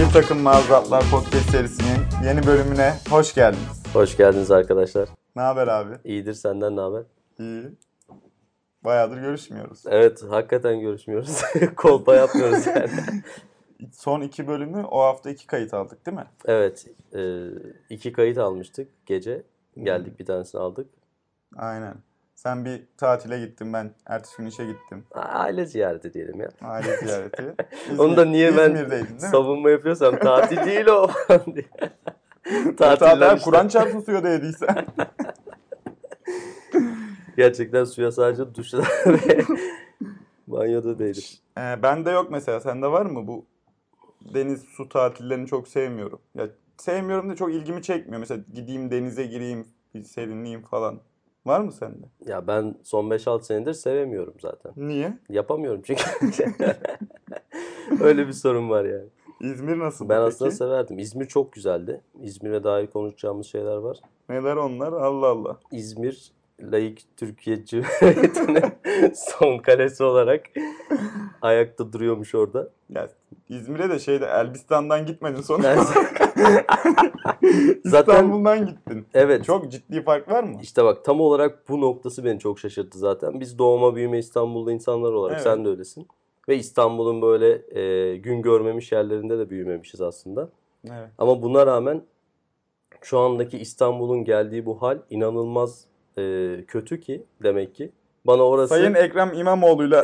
Bir Takım Mazatlar Podcast serisinin yeni bölümüne hoş geldiniz. Hoş geldiniz arkadaşlar. Ne haber abi? İyidir, senden ne haber? İyi. Bayağıdır görüşmüyoruz. Evet, hakikaten görüşmüyoruz. Kolpa yapmıyoruz yani. Son 2 bölümü o hafta 2 kayıt aldık değil mi? Evet, 2 kayıt almıştık gece. Geldik bir tanesini aldık. Aynen. Sen bir tatile gittin, ben ertesi gün işe gittim. Aile ziyareti diyelim ya. Aile ziyareti. Onu da niye ben savunma yapıyorsam tatil değil o falan diye. Tatiller işte. Kur'an çarpsın suya değdiysen. Gerçekten suya sadece duşta ve banyoda değdim. Bende yok mesela. Sende var mı bu deniz su tatillerini çok sevmiyorum. Ya sevmiyorum da çok ilgimi çekmiyor. Mesela gideyim denize gireyim, bir serinleyeyim falan. Var mı sende? Ya ben son 5-6 senedir sevemiyorum zaten. Niye? Yapamıyorum çünkü. Öyle bir sorun var yani. İzmir nasıl Ben peki? aslında severdim. İzmir çok güzeldi. İzmir'e dair konuşacağımız şeyler var. Neler onlar? Allah Allah. İzmir, laik Türkiye Cumhuriyeti'nin son kalesi olarak ayakta duruyormuş orada. Ya İzmir'e de Elbistan'dan gitmedin sonra. Zaten İstanbul'dan gittin. Evet. Çok ciddi fark var mı? İşte bak tam olarak bu noktası beni çok şaşırttı zaten. Biz doğma büyüme İstanbul'da insanlar olarak Evet. sen de öylesin. Ve İstanbul'un böyle gün görmemiş yerlerinde de büyümemişiz aslında. Evet. Ama buna rağmen şu andaki İstanbul'un geldiği bu hal inanılmaz kötü ki demek ki. Bana orası... Sayın Ekrem İmamoğlu'yla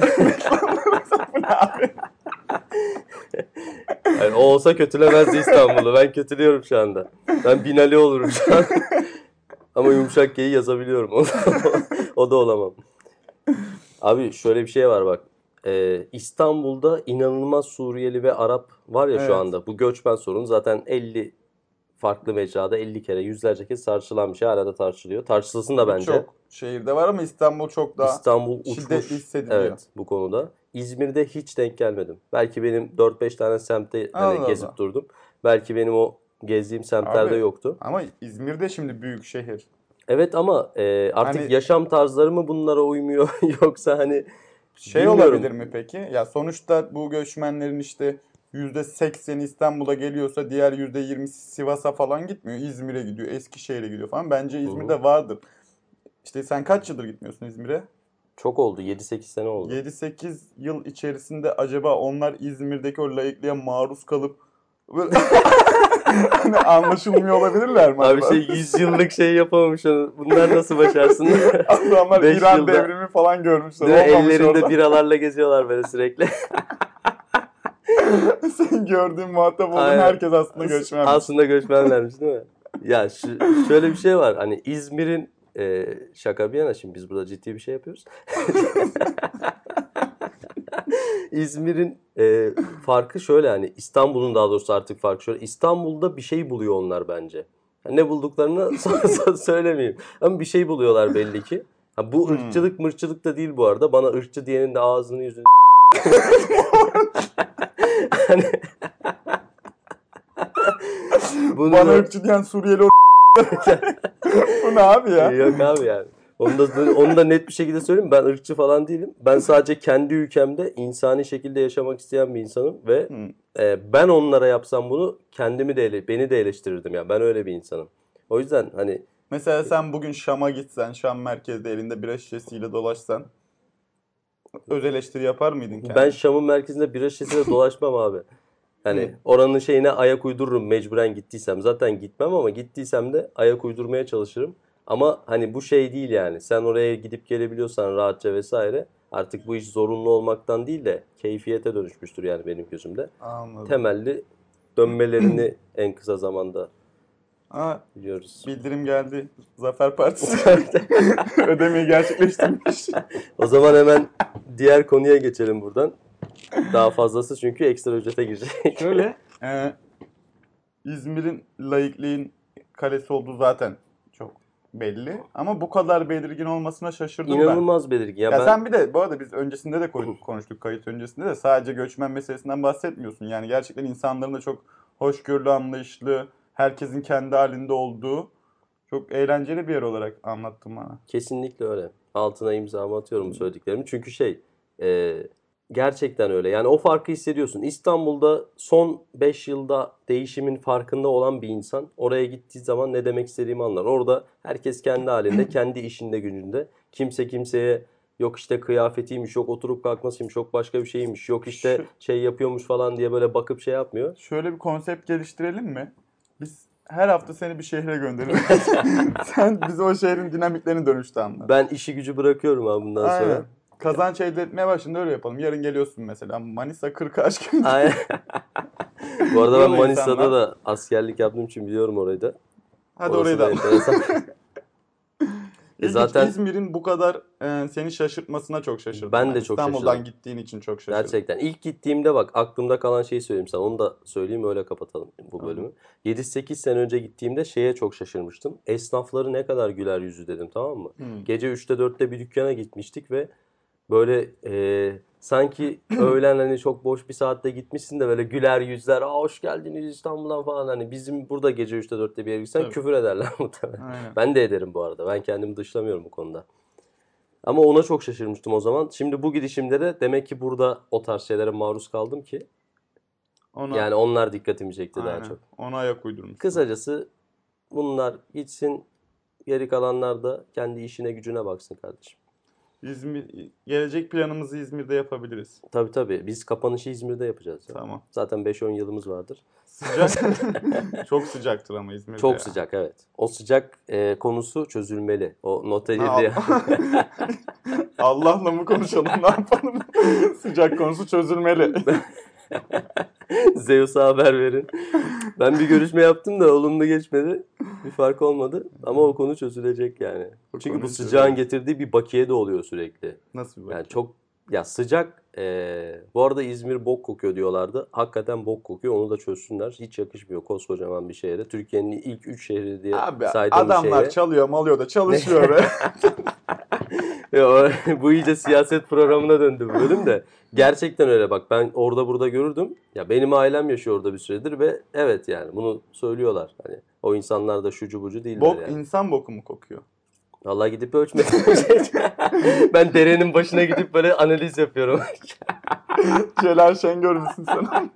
Yani o olsa kötülemezdi İstanbul'u. Ben kötülüyorum şu anda. Ben Binali olurum şu an. Ama yumuşak G'yi yazabiliyorum. O da olamam. Abi şöyle bir şey var bak. İstanbul'da inanılmaz Suriyeli ve Arap var ya şu anda. Bu göçmen sorunu zaten 50 farklı mecrada 50 kere yüzlerce kez tartışılan bir şey. Hala da tartışılıyor. Tartışılsın da bence. Çok şehirde var ama İstanbul çok daha şiddetli uçmuş. hissediliyor. Evet, bu konuda. İzmir'de hiç denk gelmedim. Belki benim 4-5 tane semtte gezip durdum. Belki benim o gezdiğim semtlerde yoktu. Ama İzmir'de şimdi büyük şehir. Evet ama artık yaşam tarzları mı bunlara uymuyor yoksa bilmiyorum. Olabilir mi peki? Ya sonuçta bu göçmenlerin işte %80'i İstanbul'a geliyorsa diğer %20'si Sivas'a falan gitmiyor. İzmir'e gidiyor, Eskişehir'e gidiyor falan. Bence İzmir'de vardır. İşte sen kaç yıldır gitmiyorsun İzmir'e? Çok oldu. 7-8 sene oldu. 7-8 yıl içerisinde acaba onlar İzmir'deki o laikliğe maruz kalıp anlaşılmıyor olabilirler mi? Abi 100 yıllık yapamamış onu. Bunlar nasıl başarsın? Adamlar İran devrimi falan görmüşler. Ellerinde orada. Biralarla geziyorlar böyle sürekli. Sen gördüğün muhatap olduğun herkes aslında göçmenmiş. Aslında göçmenlermiş değil mi? Ya şöyle bir şey var. Hani İzmir'in şaka bir yana şimdi biz burada ciddi bir şey yapıyoruz. İzmir'in farkı şöyle İstanbul'un daha doğrusu artık farkı şöyle. İstanbul'da bir şey buluyor onlar bence. Yani ne bulduklarını söylemeyeyim. Ama bir şey buluyorlar belli ki. Bu ırkçılık mırkçılık da değil bu arada. Bana ırkçı diyenin de ağzını yüzünü Bana ırkçı diyen Suriyeli bu ne abi ya? Yok abi yani. Onu da net bir şekilde söyleyeyim. Ben ırkçı falan değilim. Ben sadece kendi ülkemde insani şekilde yaşamak isteyen bir insanım ve ben onlara yapsam bunu beni de eleştirirdim ya. Ben öyle bir insanım. O yüzden mesela sen bugün Şam'a gitsen, Şam merkezde elinde bira şişesiyle dolaşsan öz eleştiri yapar mıydın kendine? Ben Şam'ın merkezinde bira şişesiyle dolaşmam abi. Oranın şeyine ayak uydururum mecburen gittiysem. Zaten gitmem ama gittiysem de ayak uydurmaya çalışırım. Ama bu şey değil yani. Sen oraya gidip gelebiliyorsan rahatça vesaire. Artık bu iş zorunlu olmaktan değil de keyfiyete dönüşmüştür yani benim gözümde. Anladım. Temelli dönmelerini en kısa zamanda biliyoruz. Bildirim geldi. Zafer Partisi ödemeyi gerçekleştirmiş. O zaman hemen diğer konuya geçelim buradan. Daha fazlası çünkü ekstra ücrete girecek. Şöyle, İzmir'in laikliğin kalesi olduğu zaten çok belli. Ama bu kadar belirgin olmasına şaşırdım ben. İnanılmaz belirgin. Ya sen bir de bu arada biz öncesinde de konuştuk, kayıt öncesinde de sadece göçmen meselesinden bahsetmiyorsun. Yani gerçekten insanların da çok hoşgörülü, anlayışlı, herkesin kendi halinde olduğu çok eğlenceli bir yer olarak anlattın bana. Kesinlikle öyle. Altına imzamı atıyorum bu söylediklerimi. Çünkü Gerçekten öyle. Yani o farkı hissediyorsun. İstanbul'da son 5 yılda değişimin farkında olan bir insan oraya gittiği zaman ne demek istediğimi anlar. Orada herkes kendi halinde, kendi işinde gücünde. Kimse kimseye yok işte kıyafetiymiş, yok oturup kalkmasıymış, yok başka bir şeymiş, yok işte Şu, şey yapıyormuş falan diye böyle bakıp şey yapmıyor. şöyle bir konsept geliştirelim mi? Biz her hafta seni bir şehre göndeririz. Sen bize o şehrin dinamiklerini dönüşte anlat. Ben işi gücü bırakıyorum abi bundan Aynen. sonra. Kazanç elde etmeye başında öyle yapalım. Yarın geliyorsun mesela. Manisa 40 aşk. Aynen. Bu arada ben Burada Manisa'da insanlar. da askerlik yaptığım için biliyorum orayı da. Hadi Orası orayı da da. enteresan. İlginç. Zaten İzmir'in bu kadar seni şaşırtmasına çok şaşırdım. ben de çok İstanbul'dan şaşırdım. gittiğin için çok şaşırdım. Gerçekten. İlk gittiğimde bak aklımda kalan şeyi söyleyeyim sana. Onu da söyleyeyim öyle kapatalım bu Tamam. bölümü. 7-8 sene önce gittiğimde şeye çok şaşırmıştım. Esnafları ne kadar güler yüzlü dedim, tamam mı? Gece 3'te 4'te bir dükkana gitmiştik ve böyle sanki öğlen hani çok boş bir saatte gitmişsin de böyle güler yüzler. Aa hoş geldiniz İstanbul'dan falan. Hani bizim burada gece 3'te 4'te bir yere gitsen Tabii. küfür ederler muhtemelen. Aynen. Ben de ederim bu arada. Ben kendimi dışlamıyorum bu konuda. Ama ona çok şaşırmıştım o zaman. Şimdi bu gidişimde de demek ki burada o tarz şeylere maruz kaldım ki. Ona, Yani onlar dikkatimi çekti daha aynen. çok. Ona ayak uydurmuşsun. Kısacası bunlar gitsin. Geri kalanlar da kendi işine gücüne baksın kardeşim. Gelecek planımızı İzmir'de yapabiliriz. Tabii tabii. Biz kapanışı İzmir'de yapacağız. Ya. Tamam. Zaten 5-10 yılımız vardır. Sıcak. Çok sıcaktır ama İzmir'de Çok ya. sıcak, evet. O sıcak konusu çözülmeli. O not Ha, edildi. Allah'la mı konuşalım, ne yapalım? Sıcak konusu çözülmeli. Zeus'a haber verin. Ben bir görüşme yaptım da olumlu geçmedi. Bir fark olmadı. Ama o konu çözülecek yani. O Çünkü bu konu sıcağın çözülecek. getirdiği bir bakiye de oluyor sürekli. Nasıl bir Yani bakayım? çok ya sıcak. Bu arada İzmir bok kokuyor diyorlardı. Hakikaten bok kokuyor. Onu da çözsünler. Hiç yakışmıyor koskocaman bir şehre. Türkiye'nin ilk 3 şehri diye Abi saydığım bir adamlar şehre. çalıyor malıyor da çalışıyor be. Bu iyice siyaset programına döndü bu bölüm de. Gerçekten öyle bak, ben orada burada görürdüm. Ya benim ailem yaşıyor orada bir süredir ve evet yani bunu söylüyorlar. Hani o insanlar da şucu bucu değiller Bok yani. insan boku mu kokuyor? Vallahi gidip ölçmedim. Ben derenin başına gidip böyle analiz yapıyorum. Celal Şengör müsün sen?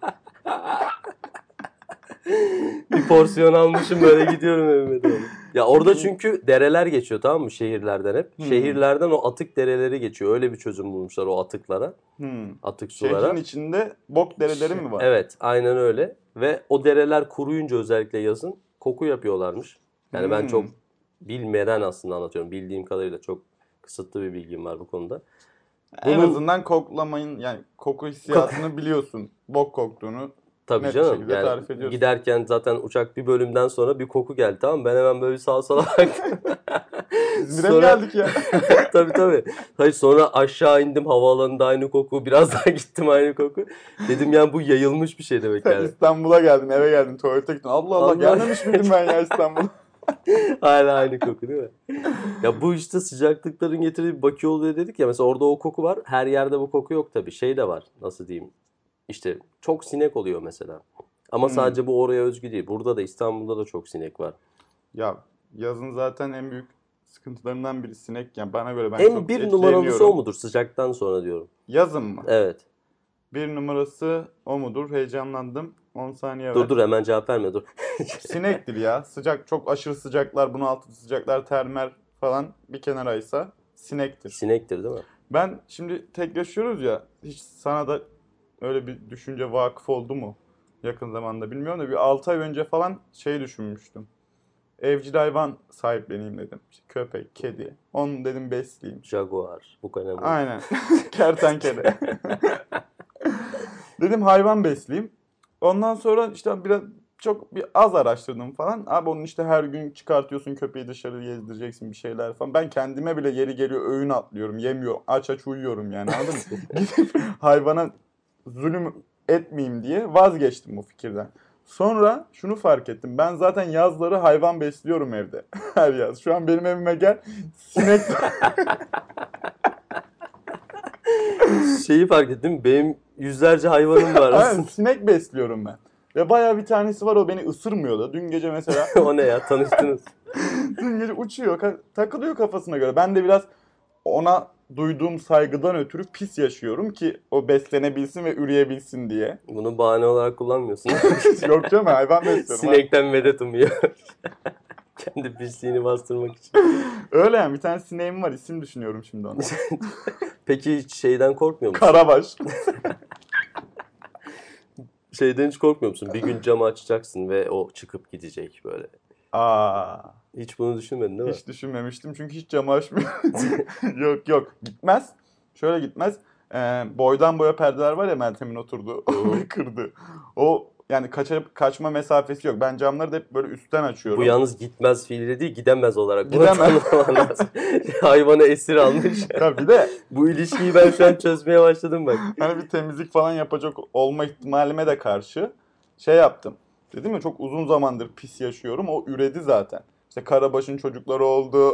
Bir porsiyon almışım böyle gidiyorum evime doğru. Ya orada çünkü dereler geçiyor, tamam mı, şehirlerden hep. Şehirlerden o atık dereleri geçiyor. Öyle bir çözüm bulmuşlar o atıklara. Atık sulara. Şehrin içinde bok dereleri mi var? Evet, aynen öyle. Ve o dereler kuruyunca özellikle yazın koku yapıyorlarmış. Yani ben çok bilmeden aslında anlatıyorum. Bildiğim kadarıyla çok kısıtlı bir bilgim var bu konuda. En azından koklamayın, yani koku hissiyatını biliyorsun. Bok koktuğunu Tabii net bir canım. şekilde Yani tarif ediyorsun. giderken zaten uçak bir bölümden sonra bir koku geldi, tamam mı? Ben hemen böyle bir sağa sola baktım. İzmir'e mi geldik ya? Tabii tabii. Hayır, sonra aşağı indim, havaalanında aynı koku. Biraz daha gittim, aynı koku. Dedim yani bu yayılmış bir şey demek Sen yani. İstanbul'a geldin, eve geldin, tuvalete gittin. Allah Allah, Allah. gelmemiş miydim ben ya İstanbul'a? Hala aynı koku değil mi? Ya bu işte sıcaklıkların getirdiği bir bakıyor oluyor dedik ya. Mesela orada o koku var. Her yerde bu koku yok tabii. Şey de var. Nasıl diyeyim? İşte çok sinek oluyor mesela. Ama sadece bu oraya özgü değil. Burada da, İstanbul'da da çok sinek var. Ya yazın zaten en büyük sıkıntılarından biri sinek. Yani bana göre, ben En çok bir numaralısı o etkileniyorum. mudur sıcaktan sonra diyorum. Yazın mı? Evet. Bir numarası o mudur? Heyecanlandım. 10 saniye ver. Dur hemen cevap verme dur. Sinektir ya. Sıcak, çok aşırı sıcaklar, bunaltıcı sıcaklar, termer falan bir kenaraysa sinektir. Sinektir değil mi? Ben şimdi tek yaşıyoruz ya, hiç sana da öyle bir düşünce vakıf oldu mu yakın zamanda bilmiyorum da, bir 6 ay önce falan şey düşünmüştüm. Evcil hayvan sahipleneyim dedim. İşte köpek, kedi. Onu dedim besleyeyim. Jaguar, bukanemu. Aynen. Kertenkele. Dedim hayvan besleyeyim. Ondan sonra işte biraz çok bir az araştırdım falan. Abi onun işte her gün çıkartıyorsun köpeği, dışarı gezdireceksin bir şeyler falan. Ben kendime bile yeri geliyor öğün atlıyorum, yemiyorum, aç aç uyuyorum yani, anladın mı? Gidip hayvana zulüm etmeyeyim diye vazgeçtim bu fikirden. Sonra şunu fark ettim. Ben zaten yazları hayvan besliyorum evde. Her yaz. Şu an benim evime gel. Sinek. Şeyi fark ettim. Benim yüzlerce hayvanım var Aynen, aslında. sinek besliyorum ben. Ve bayağı bir tanesi var, o beni ısırmıyor da. Dün gece mesela O ne ya, tanıştınız. dün gece uçuyor, takılıyor kafasına göre. Ben de biraz ona duyduğum saygıdan ötürü pis yaşıyorum ki o beslenebilsin ve üreyebilsin diye. Bunu bahane olarak kullanmıyorsun. Yok canım, hayvan besliyorum. Sinekten medet umuyor. Kendi pisliğini bastırmak için. Öyle yani, bir tane sineğim var, isim düşünüyorum şimdi ona. Peki hiç şeyden korkmuyor musun? Karabaş. Şeyden hiç korkmuyor musun? Bir gün camı açacaksın ve o çıkıp gidecek böyle. Aa, Hiç bunu düşünmedin değil mi? hiç düşünmemiştim çünkü hiç camı açmıyor. Yok gitmez. Şöyle gitmez. Boydan boya perdeler var ya, Meltem'in oturduğu. Onu kırdı. O yani kaçma mesafesi yok. Ben camları da hep böyle üstten açıyorum. Bu yalnız gitmez fiili değil, gidemez olarak. Gidemez. Hayvanı esir almış. Ya bir de Bu ilişkiyi ben şu an çözmeye başladım bak. hani bir temizlik falan yapacak olma ihtimalime de karşı şey yaptım. Dedim ya, çok uzun zamandır pis yaşıyorum. O üredi zaten. İşte Karabaş'ın çocukları oldu.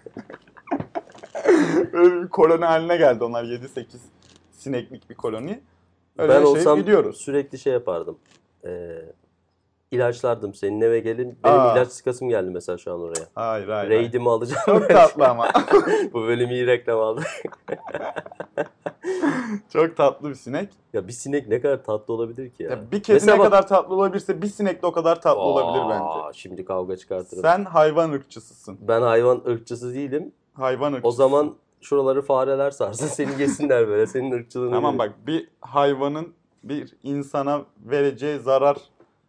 Öyle bir koloni haline geldi onlar, 7-8 sineklik bir koloni. Öyle Ben yaşayıp olsam gidiyoruz. sürekli şey yapardım. İlaçlardım senin eve gelin. Benim ilaç sıkasım geldi mesela şu an oraya. Hayır. Raid'imi alacağım. Çok tatlı ama. Bu bölüm iyi reklam aldı. Çok tatlı bir sinek. Ya bir sinek ne kadar tatlı olabilir ki ya? Ya bir kedi Mesela ne bak- kadar tatlı olabilirse bir sinek de o kadar tatlı olabilir bence. Şimdi kavga çıkartırım. Sen hayvan ırkçısısın. Ben hayvan ırkçısı değilim. Hayvan ırkçısısın. O zaman şuraları fareler sarsın. Seni yesinler böyle. Senin ırkçılığını Tamam göreyim. bak, bir hayvanın bir insana vereceği zarar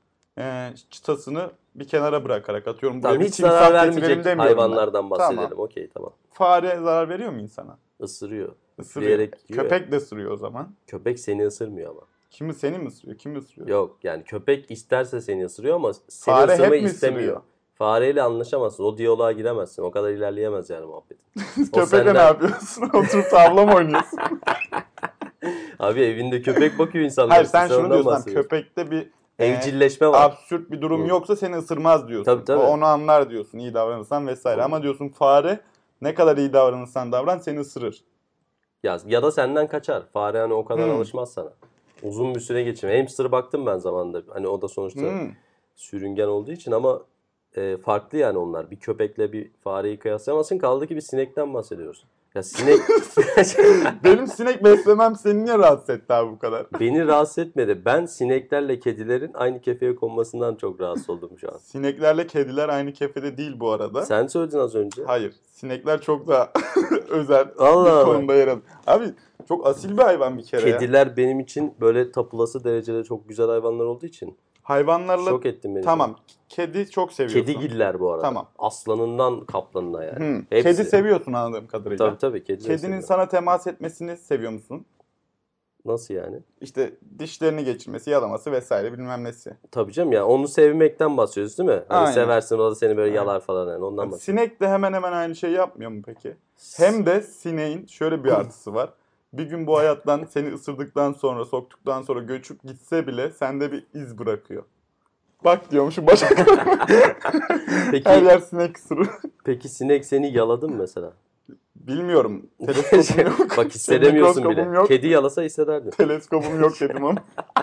çıtasını bir kenara bırakarak atıyorum. Tamam, Buraya bir hiç timsah zarar getirelim vermeyecek demiyorum hayvanlardan ben. bahsedelim. Tamam. Okey tamam. Fare zarar veriyor mu insana? Isırıyor. Isırıyor. Üfleyerek yiyor. Köpek de ısırıyor o zaman. Köpek seni ısırmıyor ama. Seni mi ısırıyor? Kimi ısırıyor? Yok yani köpek isterse seni ısırıyor ama seni Fare hep ısırmayı mi istemiyor. ısırıyor? Fareyle anlaşamazsın. O diyaloğa giremezsin. O kadar ilerleyemez yani muhabbet. O Köpekle ne yapıyorsun? Oturup tavla mı oynuyorsun? Abi evinde köpek bakıyor insanlar. Hayır, sen şunu ondan diyorsun. bahsediyorsun. Köpekte bir Evcilleşme var. absürt bir durum yoksa seni ısırmaz diyorsun. Tabii. O onu anlar diyorsun, iyi davranırsan vesaire. Ama diyorsun fare ne kadar iyi davranırsan davran seni ısırır. Ya da senden kaçar. Fare hani o kadar alışmaz sana. Uzun bir süre geçirme. Hamster'a baktım ben zamanında. Hani o da sonuçta sürüngen olduğu için ama farklı yani onlar. Bir köpekle bir fareyi kıyaslayamazsın. Kaldı ki bir sinekten bahsediyoruz. Ya sinek Benim sinek beslemem seni niye rahatsız etti abi bu kadar? beni rahatsız etmedi. Ben sineklerle kedilerin aynı kefeye konmasından çok rahatsız oldum şu an. Sineklerle kediler aynı kefede değil bu arada. Sen söyledin az önce. Hayır. Sinekler çok daha özel Allah bir Allah. konumda yer alıyor. Abi çok asil bir hayvan bir kere ya. Kediler benim için böyle tapulası derecede çok güzel hayvanlar olduğu için Hayvanlarla şok ettin beni. tamam. Kedi çok seviyorsun. Kedigiller bu arada. Tamam. Aslanından kaplanına yani. Hepsi. Kedi seviyorsun anladığım kadarıyla. Tabii kedileri Kedinin seviyorum. sana temas etmesini seviyor musun? Nasıl yani? İşte dişlerini geçirmesi, yalaması vesaire bilmem nesi. Tabii canım ya onu sevmekten bahsediyoruz değil mi? Hani Aynen. seversin o da seni böyle Aynen. yalar falan yani ondan bahsediyoruz. Sinek de hemen hemen aynı şeyi yapmıyor mu peki? Hem de sineğin şöyle bir artısı var. Bir gün bu hayattan seni ısırdıktan sonra, soktuktan sonra göçüp gitse bile sende bir iz bırakıyor. Bak diyormuşum başa. Her yer sinek ısırır. Peki sinek seni yaladı mı mesela? Bilmiyorum. Teleskopum yok. Bak hissedemiyorsun Mikroskopum bile. yok. Kedi yalasa hissederdin. Teleskopum yok dedim ama.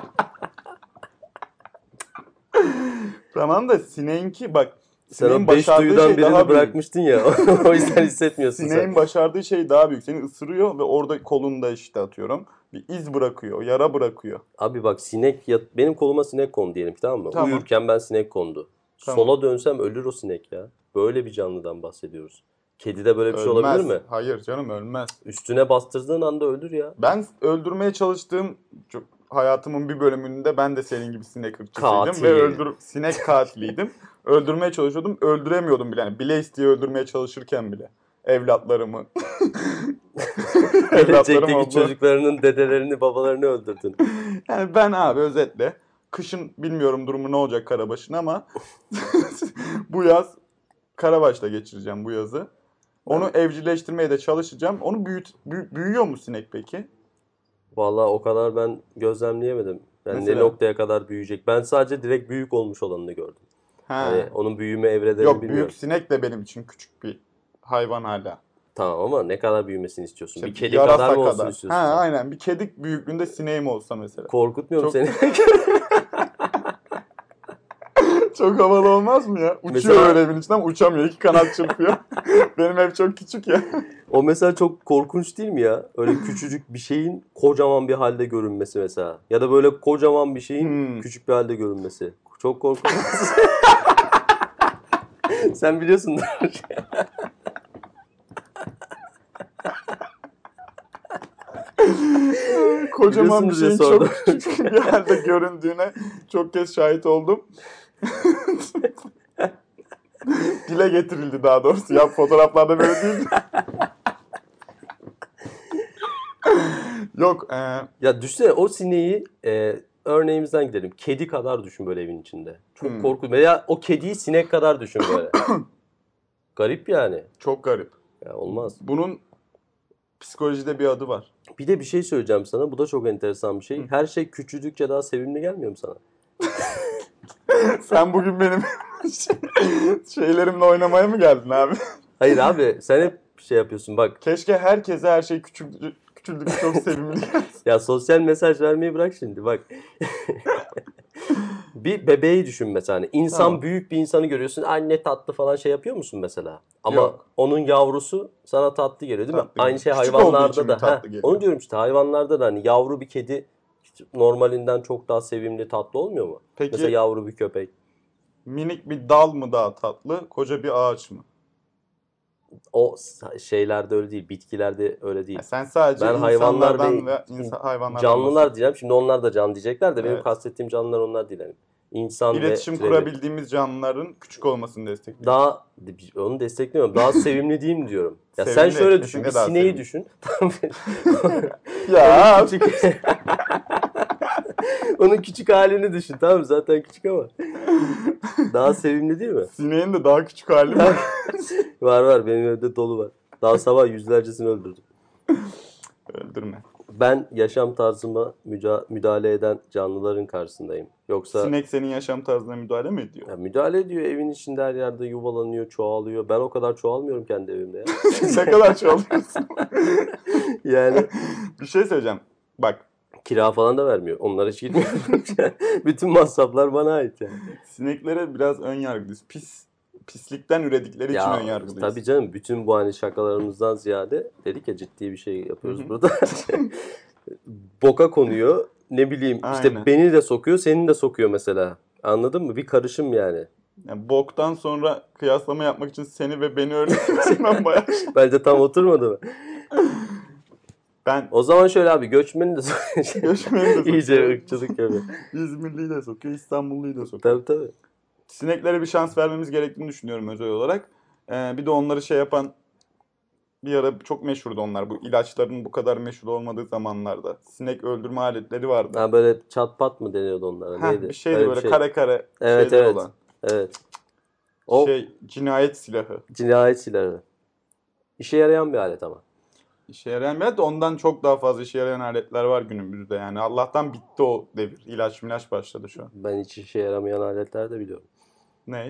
Tamam da sineğinki bak. Sen Sineğin o 5 başardığı duyudan şey birini daha büyük. bırakmıştın ya. O yüzden hissetmiyorsun Sineğin sen. başardığı şey daha büyük. Seni ısırıyor ve orada kolunda işte atıyorum bir iz bırakıyor, yara bırakıyor. Abi bak sinek benim koluma sinek kondu diyelim ki tamam mı? Tamam. Uyurken ben sinek kondu. Tamam. Sola dönsem ölür o sinek ya. Böyle bir canlıdan bahsediyoruz. Kedide böyle bir şey olabilir mi? Hayır canım, ölmez. Üstüne bastırdığın anda ölür ya. Ben öldürmeye çalıştığım hayatımın bir bölümünde ben de senin gibi sinek ırkçısıydım Katil. ve sinek katiliydim. Öldürmeye çalışıyordum, öldüremiyordum bile. Yani bile isteye öldürmeye çalışırken bile evlatlarımı. Gelecekteki oldu. çocuklarının dedelerini, babalarını öldürdün. Yani ben abi özetle kışın bilmiyorum durumu ne olacak Karabaş'ın ama bu yaz Karabaş'ta geçireceğim bu yazı. Onu evcilleştirmeye de çalışacağım. Onu büyüyor mu sinek peki? Vallahi o kadar ben gözlemleyemedim. Yani Mesela? ne noktaya kadar büyüyecek. Ben sadece direkt büyük olmuş olanını gördüm. Yani onun büyüme evrelerini Yok, bilmiyorum. büyük sinek de benim için küçük bir hayvan hala. Tamam ama ne kadar büyümesini istiyorsun? İşte Bir kedi yarasa kadar mı olsun istiyorsun? sen? Aynen. Bir kedi büyüklüğünde sineğim olsa mesela. Korkutmuyorum Çok- seni. Çok havalı olmaz mı ya? Uçuyor Mesela- öyle evin içinden, uçamıyor. İki kanat çırpıyor. Benim ev çok küçük ya. O mesela çok korkunç değil mi ya? Öyle küçücük bir şeyin kocaman bir halde görünmesi mesela. Ya da böyle kocaman bir şeyin küçük bir halde görünmesi. Çok korkunç. Sen biliyorsun. Kocaman bir Biliyorsundur diye şeyin sordum. çok küçük bir halde göründüğüne çok kez şahit oldum. Dile getirildi daha doğrusu. Ya fotoğraflarda böyle değil. Yok. Ya düşünsene o sineği örneğimizden gidelim. Kedi kadar düşün böyle evin içinde. Çok korkunç. Veya o kediyi sinek kadar düşün böyle. Garip yani. Çok garip. Ya olmaz. Bunun psikolojide bir adı var. Bir de bir şey söyleyeceğim sana. Bu da çok enteresan bir şey. Her şey küçüldükçe daha sevimli gelmiyor mu sana? Sen bugün benim şeylerimle oynamaya mı geldin abi? Hayır abi sen hep şey yapıyorsun bak. Keşke herkese her şey küçüldükçe çok sevimli. Ya sosyal mesaj vermeyi bırak şimdi bak. Bir bebeği düşün mesela. Hani insan Tamam. büyük bir insanı görüyorsun. Anne tatlı falan şey yapıyor musun mesela? Ama Yok. onun yavrusu sana tatlı geliyor değil mi? Tatlı Aynı geliyor. şey Küçük olduğu için hayvanlarda mi da. tatlı geliyor? Onu diyorum işte hayvanlarda da hani yavru bir kedi normalinden çok daha sevimli tatlı olmuyor mu? Peki Mesela yavru bir köpek. minik bir dal mı daha tatlı, koca bir ağaç mı? O şeylerde öyle değil. Bitkilerde öyle değil. Ya sen sadece Ben hayvanlar ve insanlardan ve hayvanlardan canlılar bahsediyorsun. diyeceğim. Şimdi onlar da can diyecekler de benim Evet. kastettiğim canlılar onlar değil. Yani İnsan ve İletişim türevi. kurabildiğimiz canlıların küçük olmasını destekliyor. Daha onu desteklemiyorum. Daha sevimli değil mi diyorum. Ya sen Sevimli, şöyle düşün. kesinlikle Bir daha sineği sevimli. düşün. Ya Onun küçük onun küçük halini düşün. Tamam mı? Zaten küçük ama. Daha sevimli değil mi? sineğin de daha küçük hali var. Var benim evde dolu var. Daha sabah yüzlercesini öldürdüm. Öldürme. Ben yaşam tarzıma müdahale eden canlıların karşısındayım. Yoksa Sinek senin yaşam tarzına müdahale mi ediyor? ya müdahale ediyor. Evin içinde her yerde yuvalanıyor, çoğalıyor. Ben o kadar çoğalmıyorum kendi evimde ya. Ne kadar çoğalıyorsun? Yani Bir şey söyleyeceğim. Bak, kira falan da vermiyor. Onlara hiç gitmiyorum. Bütün masraflar bana ait yani. sineklere biraz ön yargılıyız. Pislikten üredikleri için ön Ya yargılıyız. tabii canım bütün bu hani şakalarımızdan ziyade dedik ya ciddi bir şey yapıyoruz Hı hı. burada. Boka konuyor. Ne bileyim işte Aynen. beni de sokuyor, seni de sokuyor mesela. Anladın mı? Bir karışım yani. Yani boktan sonra kıyaslama yapmak için seni ve beni örnek vermem bayağı. Bence tam oturmadı mı? Ben O zaman şöyle abi göçmeni de göçmeni de iyice sokuyor. ırkçılık yapıyor. İzmirliyi de sokuyor, İstanbulluyu da sokuyor. Tabii. Sineklere bir şans vermemiz gerektiğini düşünüyorum özel olarak. Bir de onları şey yapan bir ara çok meşhurdu onlar. Bu ilaçların bu kadar meşhur olmadığı zamanlarda. Sinek öldürme aletleri vardı. Ha böyle çat pat mı deniyordu onlara? Heh, Neydi? bir şeydi Öyle bir böyle şey. kare kare Evet şeyler evet. olan. Evet. O Cinayet silahı. cinayet silahı. İşe yarayan bir alet ama. İşe yarayan bir alet de ondan çok daha fazla işe yarayan aletler var günümüzde. Yani Allah'tan bitti o devir. İlaç başladı şu an. Ben hiç işe yaramayan aletler de biliyorum. Ne?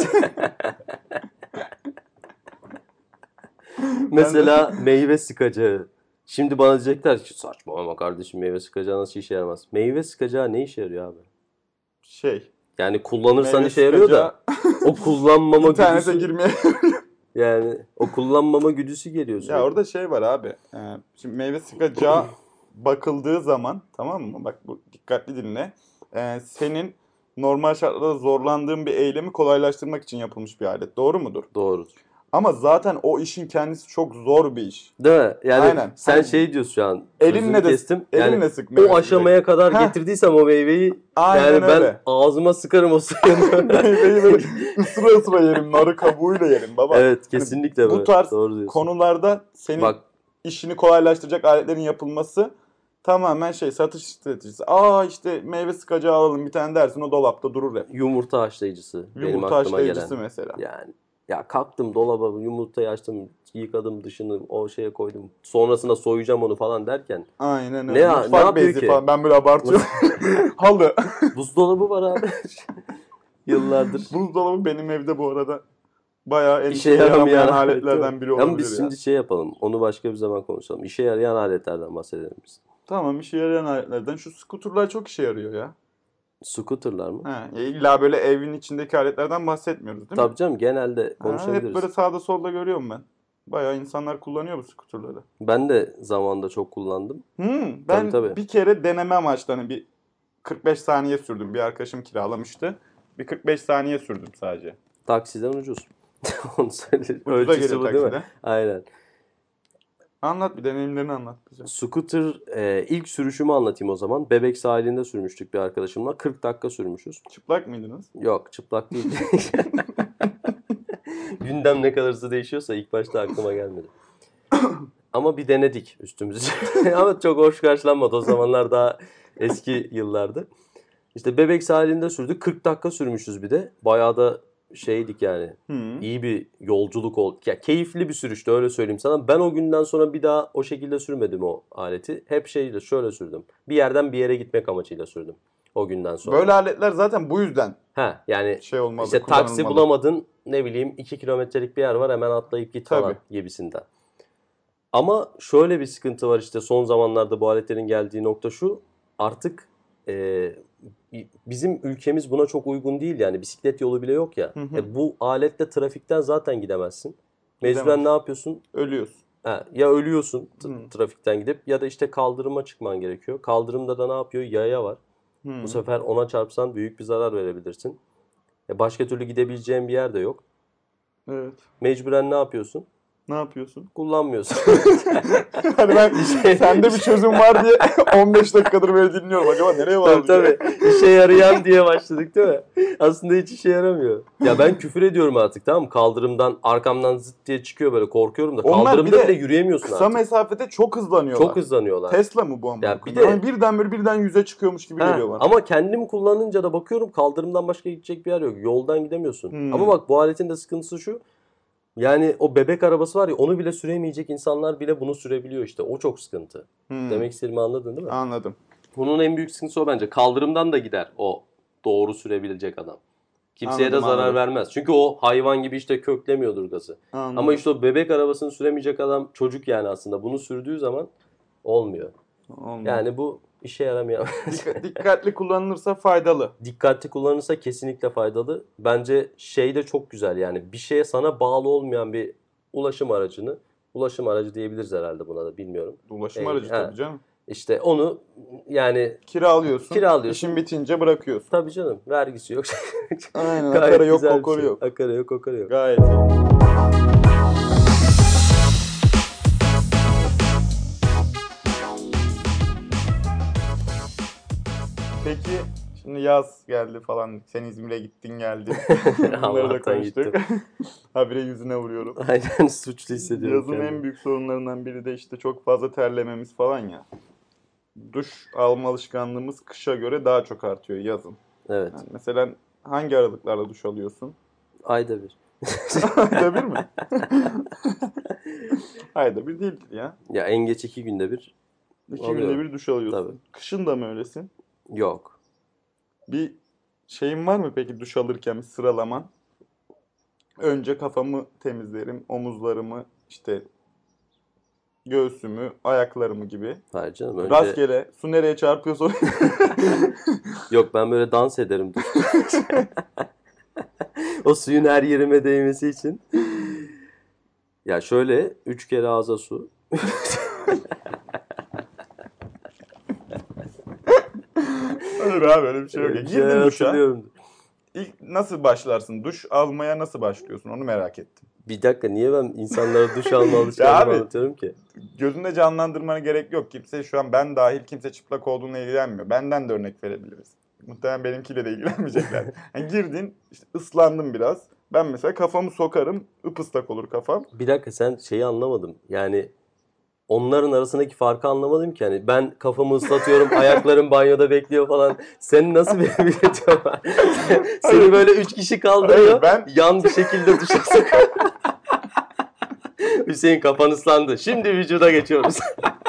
Mesela meyve sıkacağı. Şimdi bana diyecekler ki saçmalama kardeşim meyve sıkacağı nasıl işe yaramaz? Meyve sıkacağı ne işe yarıyor abi? Yani kullanırsan Meyve işe yarıyor da sıkacağı o kullanmama internete güdüsü girmeye. yani o kullanmama güdüsü geliyor Ya sürekli. orada şey var abi. Şimdi meyve sıkacağı bakıldığı zaman, tamam mı? Bak bu dikkatli dinle. Senin normal şartlarda zorlandığın bir eylemi kolaylaştırmak için yapılmış bir alet. Doğru mudur? Doğrudur. Ama zaten o işin kendisi çok zor bir iş. Değil mi? Yani Aynen. sen Hani şey diyorsun şu an. elinle Sözünü de kestim. elinle Yani sık meyve o aşamaya kadar Heh. getirdiysem o meyveyi Aynen yani ben öyle. ağzıma sıkarım o suyunu. Meyveyi böyle ısıra yerim. Narı kabuğuyla yerim baba. Evet kesinlikle Hani bu böyle. tarz Doğru diyorsun. konularda senin Bak işini kolaylaştıracak aletlerin yapılması tamamen satış stratejisi. İşte meyve sıkacağı alalım bir tane dersin, o dolapta durur hep. yumurta haşlayıcısı benim Yumurta aklıma haşlayıcısı gelen. mesela. Yani ya kalktım dolaba yumurtayı açtım, yıkadım dışını o şeye koydum. Sonrasında soyacağım onu falan derken. Aynen Ne öyle. ne Mutfak yapıyor bezi ki? falan. Ben böyle abartıyorum. Halı. Buzdolabı var abi. Yıllardır. Buzdolabı benim evde bu arada bayağı en İşe işe yaramayan yaramayan alet değil mi? aletlerden biri Ama olabilir biz ya. şimdi şey yapalım. Onu başka bir zaman konuşalım. İşe yarayan aletlerden bahsedelim biz. Tamam, işe yarayan aletlerden. Şu skuterlar çok işe yarıyor ya. Scooter'lar mı? İlla böyle evin içindeki aletlerden bahsetmiyoruz değil mi? Tabii canım genelde Hep böyle konuşabiliriz. sağda solda görüyorum ben. Bayağı insanlar kullanıyor bu skuterları. Ben de zamanında çok kullandım. Ben Tabii. bir kere deneme amaçlı hani bir 45 saniye sürdüm. Bir arkadaşım kiralamıştı. Bir 45 saniye sürdüm sadece. Taksiden ucuz. Onu söyle. Ucuza Ölçüsü geliyor bu değil mi? taksiden. Aynen. Anlat bir deneyimlerini anlat bize. Scooter ilk sürüşümü anlatayım o zaman. Bebek sahilinde sürmüştük bir arkadaşımla. 40 dakika sürmüşüz. Çıplak mıydınız? Yok, çıplak değil. Gündem ne kadar hızlı değişiyorsa ilk başta aklıma gelmedi. Ama bir denedik üstümüzü. Ama çok hoş karşılanmadı. O zamanlar daha eski yıllardı. İşte Bebek sahilinde sürdük. 40 dakika sürmüşüz bir de. Bayağı da şeydik yani. İyi bir yolculuk oldu. Ya, keyifli bir sürüştü öyle söyleyeyim sana. Ben o günden sonra bir daha o şekilde sürmedim o aleti. Hep şöyle sürdüm. Bir yerden bir yere gitmek amacıyla sürdüm. O günden sonra. Böyle aletler zaten bu yüzden Yani olmalı, işte taksi kullanılmalı. bulamadın, ne bileyim 2 kilometrelik bir yer var, hemen atlayıp git falan gibisinden. Ama şöyle bir sıkıntı var, işte son zamanlarda bu aletlerin geldiği nokta şu. Artık bizim ülkemiz buna çok uygun değil, yani bisiklet yolu bile yok ya. Bu aletle trafikten zaten gidemezsin. Mecburen ne yapıyorsun? Ölüyorsun. Ya ölüyorsun trafikten gidip, ya da işte kaldırıma çıkman gerekiyor. Kaldırımda da ne yapıyor? Yaya var. Bu sefer ona çarpsan büyük bir zarar verebilirsin. Başka türlü gidebileceğin bir yer de yok. Evet. Mecburen ne yapıyorsun? Ne yapıyorsun? Kullanmıyorsun. Hani ben sende bir çözüm var diye 15 dakikadır böyle dinliyorum. Acaba nereye bağlı? Tabii. İşe yarayan diye başladık değil mi? Aslında hiç işe yaramıyor. Ya ben küfür ediyorum artık, tamam mı? Kaldırımdan arkamdan zıt diye çıkıyor, böyle korkuyorum da. Onlar Kaldırımda bile yürüyemiyorsun kısa artık. mesafede çok hızlanıyorlar. Çok hızlanıyorlar. Tesla mı bu ama? Ya bir de yani birden 100'e çıkıyormuş gibi geliyor bana. Ama kendim kullanınca da bakıyorum, kaldırımdan başka gidecek bir yer yok. Yoldan gidemiyorsun. Ama bak, bu aletin de sıkıntısı şu. Yani o bebek arabası var ya, onu bile süremeyecek insanlar bile bunu sürebiliyor işte. O çok sıkıntı. Demek istediğimi anladın değil mi? Anladım. Bunun en büyük sıkıntısı o bence. Kaldırımdan da gider o doğru sürebilecek adam. Kimseye de zarar vermez. Çünkü o hayvan gibi işte köklemiyordur gazı. Ama işte o bebek arabasını süremeyecek adam, çocuk yani aslında, bunu sürdüğü zaman olmuyor. Yani bu işe yaramıyor. Dikkatli kullanılırsa faydalı. Dikkatli kullanırsa kesinlikle faydalı. Bence şey de çok güzel, yani bir şeye sana bağlı olmayan bir ulaşım aracı diyebiliriz herhalde buna da, bilmiyorum. Ulaşım aracı tabii canım. İşte onu yani kiralıyorsun. İşin bitince bırakıyorsun. Tabii canım, vergisi yok. Aynen, akarı yok, kokoru yok. Akarı yok, kokoru yok. Gayet iyi. Peki şimdi yaz geldi falan. Sen İzmir'e gittin geldin. Bunları da konuştuk. Habire yüzüne vuruyorum. Aynen, suçlu hissediyorum Yazın kendimi. en büyük sorunlarından biri de işte çok fazla terlememiz falan ya. Duş alma alışkanlığımız kışa göre daha çok artıyor yazın. Evet. Yani mesela hangi aralıklarla duş alıyorsun? Ayda bir. Ayda bir mi? Ayda bir değildir ya. Ya en geç 2 günde bir. 2 günde bir duş alıyorsun. Tabii. Kışın da mı öylesin? Yok. Bir şeyin var mı peki duş alırken bir sıralaman? Önce kafamı temizlerim, omuzlarımı, işte göğsümü, ayaklarımı gibi. Hayır canım, önce... Rastgele su nereye çarpıyorsa Yok, ben böyle dans ederim duş. O suyun her yerime değmesi için. Ya şöyle 3 kere ağza su. Hayır abi, öyle bir şey yok. Girdin duşa. İlk nasıl başlarsın? Duş almaya nasıl başlıyorsun? Onu merak ettim. Bir dakika, niye ben insanlara duş alma alışkanlığını anlatıyorum ki? Gözünde canlandırmana gerek yok. Kimse şu an, ben dahil, kimse çıplak olduğuna ilgilenmiyor. Benden de örnek verebiliriz. Muhtemelen benimkiyle de ilgilenmeyecekler. Yani girdin, işte ıslandın biraz. Ben mesela kafamı sokarım, ıpıslak olur kafam. Bir dakika, sen şeyi anlamadım. Yani onların arasındaki farkı anlamadım ki. Yani ben kafamı ıslatıyorum, ayaklarım banyoda bekliyor falan. Senin nasıl bir bileti var? Seni böyle 3 kişi kaldırıyor. Yan bir şekilde duşa sokuyor. Hüseyin, kafan ıslandı. Şimdi vücuda geçiyoruz.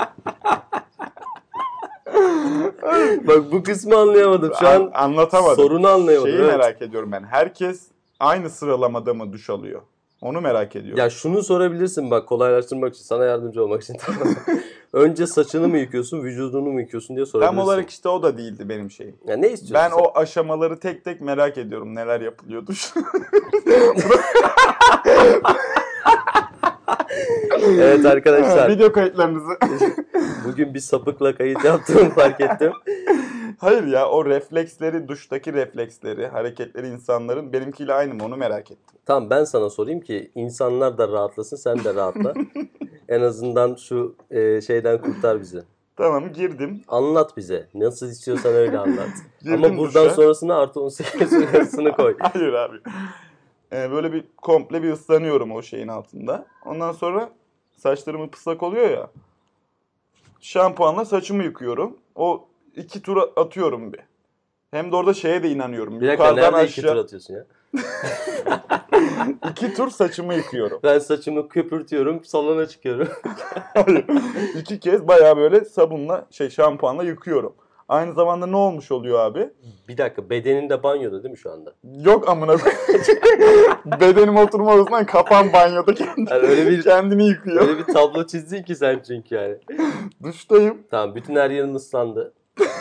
Bak, bu kısmı anlayamadım. Şu an anlatamadım. Sorunu anlayamadım. Şeyi merak ediyorum ben. Herkes aynı sıralamada mı duş alıyor? Onu merak ediyorum. Ya şunu sorabilirsin bak, kolaylaştırmak için, sana yardımcı olmak için. Tamam. Önce saçını mı yıkıyorsun, vücudunu mu yıkıyorsun diye sorabilirsin. Tam olarak işte o da değildi benim şeyim. Ya ne istiyorsun Ben sen? o aşamaları tek tek merak ediyorum. Neler yapılıyor duş. Evet arkadaşlar. Video kayıtlarınızı. Bugün bir sapıkla kayıt yaptığımı fark ettim. Hayır ya, o refleksleri, duştaki refleksleri, hareketleri insanların benimkiyle aynı mı onu merak ettim. Tamam, ben sana sorayım ki insanlar da rahatlasın, sen de rahatla. En azından şu şeyden kurtar bizi. Tamam, girdim. Anlat bize. Nasıl istiyorsan öyle anlat. Girdim Ama buradan duşa. sonrasını artı 18 uyarısını koy. Hayır abi. Böyle bir komple bir ıslanıyorum o şeyin altında. Ondan sonra saçlarım ıslak oluyor ya. Şampuanla saçımı yıkıyorum. O 2 tur atıyorum bir. Hem de orada şeye de inanıyorum. Bir dakika, Yukarıdan nerede 2 tur aşağı atıyorsun ya? 2 tur saçımı yıkıyorum. Ben saçımı köpürtüyorum, salona çıkıyorum. Hayır. 2 kez bayağı böyle sabunla şampuanla yıkıyorum. Aynı zamanda ne olmuş oluyor abi? Bir dakika, bedenin de banyoda değil mi şu anda? Yok amına koyayım. Bedenim oturma odasından kafam banyoda Yani öyle kendini yıkıyor. öyle bir tablo çizdin ki sen çünkü yani. Duştayım. Tamam, bütün her yerin ıslandı.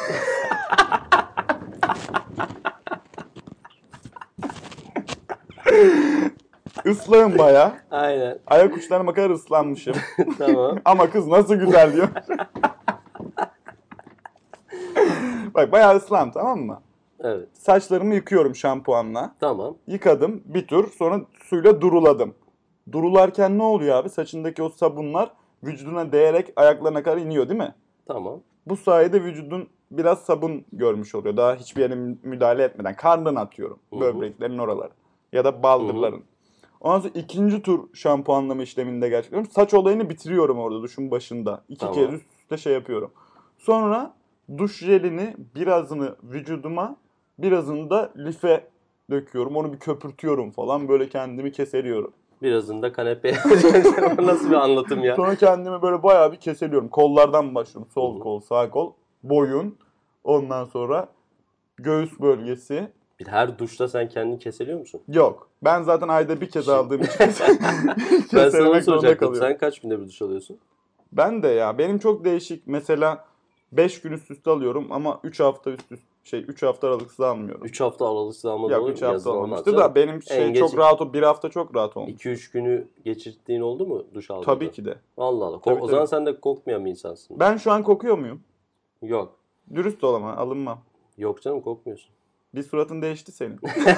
Islağım bayağı. Aynen. Ayak uçlarıma kadar ıslanmışım. Tamam. Ama kız nasıl güzel diyor. Bak bayağı ıslam, tamam mı? Evet. Saçlarımı yıkıyorum şampuanla. Tamam. Yıkadım bir tur, sonra suyla duruladım. Durularken ne oluyor abi? Saçındaki o sabunlar vücuduna değerek ayaklarına kadar iniyor değil mi? Tamam. Bu sayede vücudun biraz sabun görmüş oluyor. Daha hiçbir yere müdahale etmeden. Karnına atıyorum. Hı hı. Böbreklerin oraları. Ya da baldırların. Ondan sonra ikinci tur şampuanlama işleminde gerçekleştiriyorum. Saç olayını bitiriyorum orada duşun başında. 2 Tamam. kez üst üste şey yapıyorum. Sonra duş jelini birazını vücuduma, birazını da life döküyorum. Onu bir köpürtüyorum falan. Böyle kendimi keseliyorum. Birazını da kanepeye nasıl bir anlatım ya? Sonra kendimi böyle bayağı bir keseliyorum. Kollardan başlıyorum. Sol Hı hı. kol, sağ kol, boyun. Ondan sonra göğüs bölgesi. Bir her duşta sen kendini keseliyor musun? Yok. Ben zaten ayda bir kez aldığım için Ben sana keselemek zorunda soracaktım. kalıyorum. Sen kaç günde bir duş alıyorsun? Ben de ya. Benim çok değişik. Mesela 5 gün üst üste alıyorum ama 3 hafta 3 hafta aralıksız almıyorum. 3 hafta aralıksız almadı Yok olur 3 mu? hafta Yazın olmaz olmamıştı canım. da benim En çok geç rahat, bir hafta çok rahat olmuş. 2-3 günü geçirdiğin oldu mu duş aldığında? Tabii ki de. Allah Allah. Tabii, O zaman tabii. sen de kokmayan bir insansın. Ben şu an kokuyor muyum? Yok. Dürüst olamam, alınmam. Yok canım, kokmuyorsun. Bir suratın değişti senin.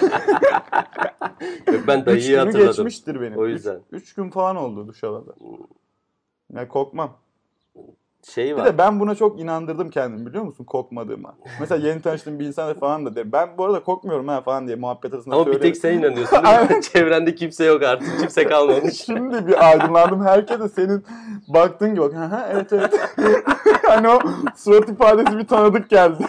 Yok, ben 3 dayıyı günü hatırladım. geçmiştir benim. O yüzden. 3 gün falan oldu duş alalı. Ya kokmam. Şey Bir var. de ben buna çok inandırdım kendimi, biliyor musun, kokmadığıma. Mesela yeni tanıştığım bir insana falan da derim. Ben bu arada kokmuyorum ha falan diye muhabbet arasında Ama bir söylerim. tek sen inanıyorsun değil mi? Aynen. Çevrende kimse yok artık. Kimse kalmamış. Şimdi bir aydınlandım. Herkese senin baktığın gibi bak. Ha, evet evet. Hani o surat ifadesi bir tanıdık geldi.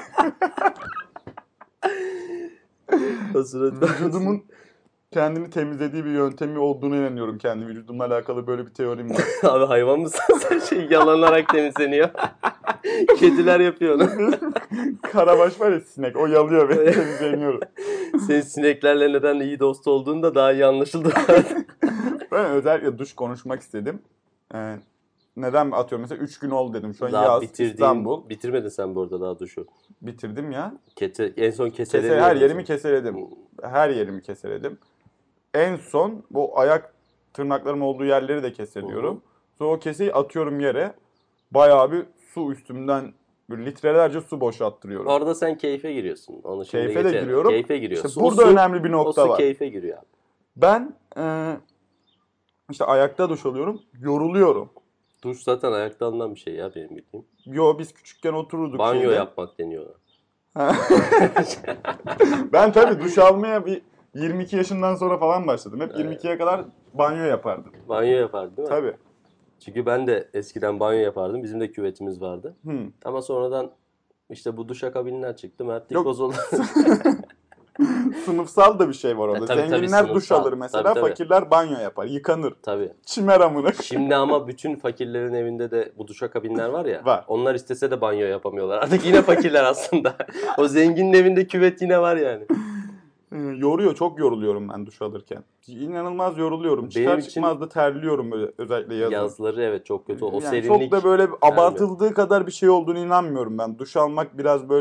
O sırada Vücudumun kendini temizlediği bir yöntemi olduğunu inanıyorum. Kendi vücudumla alakalı böyle bir teorim var. Abi hayvan mısın sen? Yalanarak temizleniyor. Kediler yapıyor onu. Karabaş var ya, sinek. O yalıyor ve temizleniyorum. Senin sineklerle neden iyi dost olduğunu da daha iyi anlaşıldı. Ben özellikle duş konuşmak istedim. Neden atıyorum mesela 3 gün oldu dedim. Şu an Daha yaz, bitirdiğin, İstanbul. bitirmedin sen bu arada daha duşu. Bitirdim ya. En son keseleri Her yerimi keseledim. Her yerimi keseledim. En son bu ayak tırnaklarım olduğu yerleri de keseliyorum. Sonra o keseyi atıyorum yere. Bayağı bir su üstümden böyle litrelerce su boşalttırıyorum. Orada sen keyfe giriyorsun. Onu şimdi Keyfe de geçelim. giriyorum. Keyfe giriyorsun. İşte burada önemli bir o nokta su var. keyfe giriyor abi. Ben işte ayakta duş alıyorum. Yoruluyorum. Duş zaten ayakta alınan bir şey ya benim bildiğim. Yo, biz küçükken otururduk Banyo şeyde. yapmak deniyor. Ben tabii duş almaya bir 22 yaşından sonra falan başladım. Hep 22'ye kadar banyo yapardım. Banyo yapardı değil mi? Tabii. Çünkü ben de eskiden banyo yapardım. Bizim de küvetimiz vardı. Ama sonradan işte bu duşakabinler çıktı. Mertlik Yok. bozuldu. Sınıfsal da bir şey var orada. Tabii, Zenginler duş sınıfsal. alır mesela, Tabii. fakirler banyo yapar, yıkanır. Tabii. Çimer amına. Şimdi ama bütün fakirlerin evinde de bu duşakabinler var ya. Var. Onlar istese de banyo yapamıyorlar. Artık yine fakirler aslında. O zenginin evinde küvet yine var yani. Yoruyor, çok yoruluyorum ben duş alırken. İnanılmaz yoruluyorum. Çıkar Benim için- çıkmaz da terliyorum böyle, özellikle yazın. Yazları evet çok kötü. O Yani serinlik. çok da böyle abartıldığı kadar bir şey olduğunu inanmıyorum ben. Duş almak biraz böyle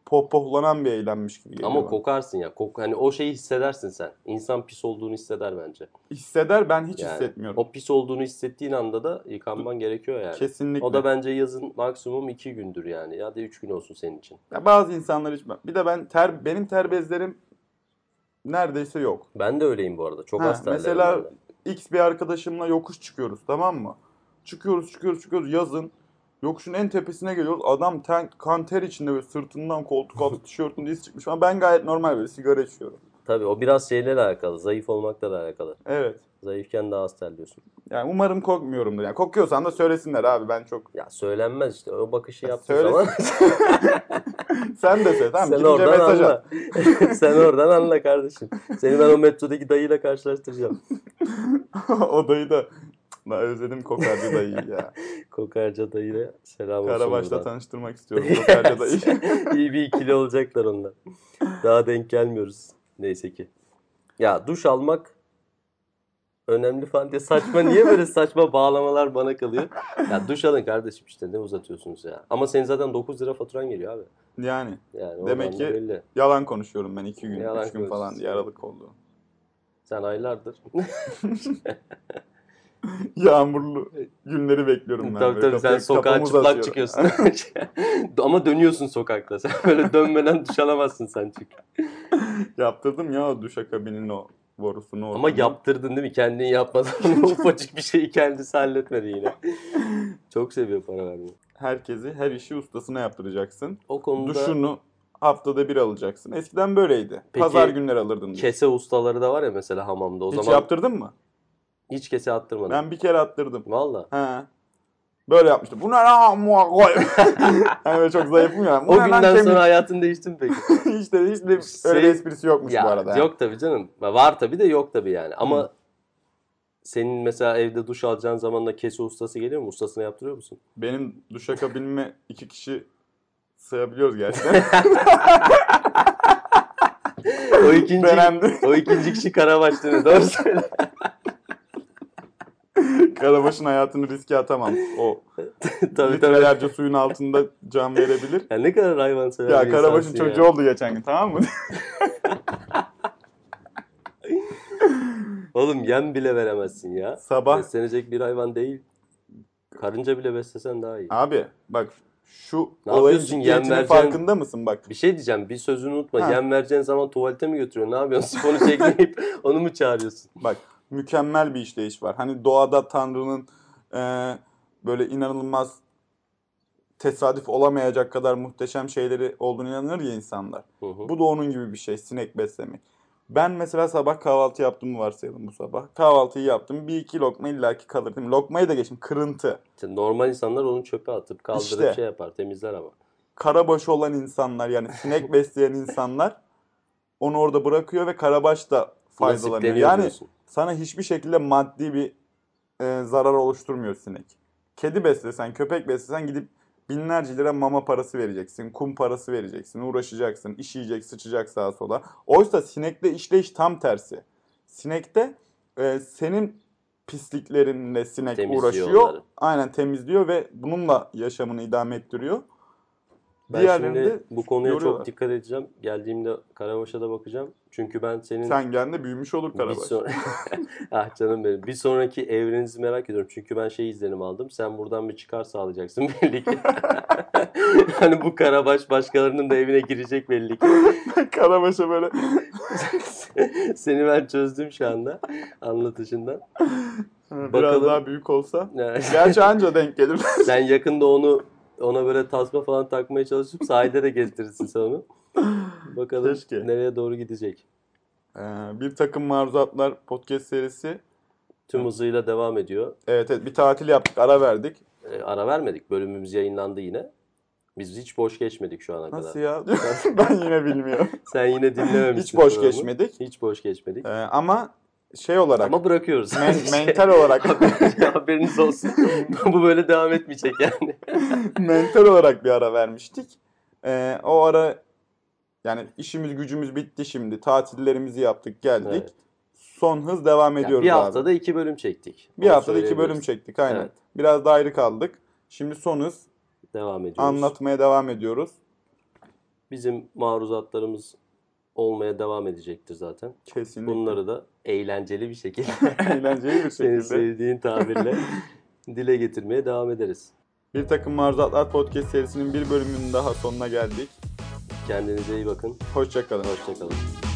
pohpohlanan bir eylemmiş gibi geliyor Ama bana. kokarsın ya. Hani o şeyi hissedersin sen. İnsan pis olduğunu hisseder bence. Hisseder, ben hiç Yani hissetmiyorum. o pis olduğunu hissettiğin anda da yıkanman gerekiyor yani. Kesinlikle. O da bence yazın maksimum 2 gündür yani. Ya da 3 gün olsun senin için. Ya bazı insanlar hiç... Bir de benim ter bezlerim neredeyse yok. Ben de öyleyim bu arada. Çok az terlerim Mesela ben de. X bir arkadaşımla yokuş çıkıyoruz, tamam mı? Çıkıyoruz yazın. Yokuşun en tepesine geliyoruz. Adam kan ter içinde böyle sırtından koltuk altı tişörtünde iz çıkmış. Ama ben gayet normal böyle sigara içiyorum. Tabii o biraz şeyle alakalı. Zayıf olmakla da alakalı. Evet. Zayıfken daha az terliyorsun. Yani umarım kokmuyorumdur. Yani kokuyorsan da söylesinler abi, ben çok... Ya söylenmez işte. O bakışı yaptığın Söyle. zaman Sen de söyle, tamam. sen Gidince oradan mesaj anla. at. Sen oradan anla kardeşim. Seni ben o metrodaki dayıyla karşılaştıracağım. O dayı da... Ben özledim kokarcı dayıyı ya. Kokarca dayıyla selam olsun Karabaş'la buradan. tanıştırmak istiyorum kokarcı dayıyı. İyi bir ikili olacaklar onlar. Daha denk gelmiyoruz. Neyse ki. Ya duş almak önemli falan diye saçma. Niye böyle saçma bağlamalar bana kalıyor? Ya duş alın kardeşim işte, ne uzatıyorsunuz ya. Ama senin zaten 9 lira faturan geliyor abi. Yani Yani demek oradan da ki belli. yalan konuşuyorum ben, 2 gün, Yalan 3 gün falan konuşuyorsun. diye aralık oldu. Sen aylardır. Yağmurlu günleri bekliyorum ben. Tabii böyle. tabii, sen sokağa Kafamı çıplak uzatıyorum. çıkıyorsun. Ama dönüyorsun sokakta. Sen böyle dönmeden duş alamazsın sen çünkü. Yaptırdım ya o duşakabinin o borusunu. Ama yaptırdın değil mi? Kendin yapmadan ufacık bir şeyi kendisi halletmedi yine. Çok seviyor para vermeyi. Herkesi, her işi ustasına yaptıracaksın. O konuda Duşunu haftada bir alacaksın. Eskiden böyleydi. Peki, Pazar günleri alırdın duş. kese ustaları da var ya mesela hamamda. O Hiç zaman yaptırdın mı? hiç kese attırmadım. Ben bir kere attırdım. Valla. He. Böyle yapmıştım. Bu ne lan muha koy. Yani böyle çok zayıfım ya. Bu O ne lan günden kemik? sonra hayatın değişti mi peki? hiç de öyle bir esprisi yokmuş bu arada. Ya yok tabii canım. Var tabii de yok tabii yani. Ama senin mesela evde duş alacağın zaman da kese ustası geliyor mu? Ustasına yaptırıyor musun? Benim duşakabinime 2 kişi sığabiliyoruz gerçekten. O ikinci kişi Karabaş değil mi? Doğru söyle. Karabaş'ın hayatını riske atamam. O tabii. litrelerce suyun altında can verebilir. Ya ne kadar hayvansever Ya bir Karabaş'ın insansın çocuğu ya. oldu geçen gün, tamam mı? Oğlum yem bile veremezsin ya. Sabah. Beslenecek bir hayvan değil. Karınca bile beslesen daha iyi. Abi bak, şu Ne olayın yapıyorsun? Yem ciddiyetinin vereceksin. farkında mısın bak? Bir şey diyeceğim. Bir sözünü unutma. Ha. Yem vereceğin zaman tuvalete mi götürüyorsun? Ne yapıyorsun? Sifonu çekleyip onu mu çağırıyorsun? Bak, mükemmel bir işleyiş var. Hani doğada Tanrı'nın böyle inanılmaz tesadüf olamayacak kadar muhteşem şeyleri olduğunu inanır ya insanlar. Hı hı. Bu da onun gibi bir şey, sinek beslemek. Ben mesela sabah kahvaltı yaptığımı varsayalım bu sabah. Kahvaltıyı yaptım. 1-2 lokma illaki kalır değil mi? Lokmayı da geçtim. Kırıntı. İşte normal insanlar onu çöpe atıp kaldırıp İşte. şey yapar. Temizler ama. Karabaşı olan insanlar, yani sinek besleyen insanlar onu orada bırakıyor ve karabaş da faydalanıyor. Nasipleniyor Yani diyorsun. sana hiçbir şekilde maddi bir zarar oluşturmuyor sinek. Kedi beslesen, köpek beslesen gidip binlerce lira mama parası vereceksin, kum parası vereceksin, uğraşacaksın, işeyecek, sıçacak sağa sola. Oysa sinekte işleyiş tam tersi. Sinekte senin pisliklerinle sinek Temizliyor uğraşıyor. onları. Aynen, temizliyor ve bununla yaşamını idame ettiriyor. Ben Diğerlerinde şimdi bu konuya yoruyorlar. çok dikkat edeceğim. Geldiğimde Karabaş'a da bakacağım. Çünkü ben senin Sen geldiğinde büyümüş olur bir karabaş. ah canım benim. Bir sonraki evrenizi merak ediyorum. Çünkü ben şey izlenim aldım. Sen buradan bir çıkar sağlayacaksın belli ki. Hani bu Karabaş başkalarının da evine girecek belli ki. Karabaş'a böyle Seni ben çözdüm şu anda anlatışından. biraz Bakalım. daha büyük olsa. Yani Gerçi anca denk gelir. sen yakında ona böyle tasma falan takmaya çalışıp sahilde de gezdirirsin sen onu. Bakalım Keşke. nereye doğru gidecek. Bir takım maruzatlar podcast serisi. Tüm hızıyla devam ediyor. Evet, bir tatil yaptık, ara verdik. Ara vermedik. Bölümümüz yayınlandı yine. Biz hiç boş geçmedik şu ana Nasıl kadar. ya? Ben yine bilmiyorum. Sen yine dinlememişsin. Hiç boş programı. geçmedik. Hiç boş geçmedik. Ama şey olarak, Ama bırakıyoruz. mental olarak Haberiniz olsun. Bu böyle devam etmeyecek yani. mental olarak bir ara vermiştik. O ara yani işimiz gücümüz bitti şimdi. Tatillerimizi yaptık, geldik. Evet. Son hız devam Yani ediyoruz bir abi. haftada 2 bölüm çektik. Bir Onu haftada 2 bölüm söyleyebiliriz. çektik aynen. Evet. Biraz da ayrı kaldık. Şimdi son hız Devam ediyoruz. anlatmaya devam ediyoruz. Bizim maruzatlarımız olmaya devam edecektir zaten. Kesinlikle. Bunları da eğlenceli bir şekilde Eğlenceli bir senin şekilde. sevdiğin tabirle dile getirmeye devam ederiz. Bir Takım Maruzatlar Podcast serisinin bir bölümünün daha sonuna geldik. Kendinize iyi bakın. Hoşça kalın. Hoşça kalın.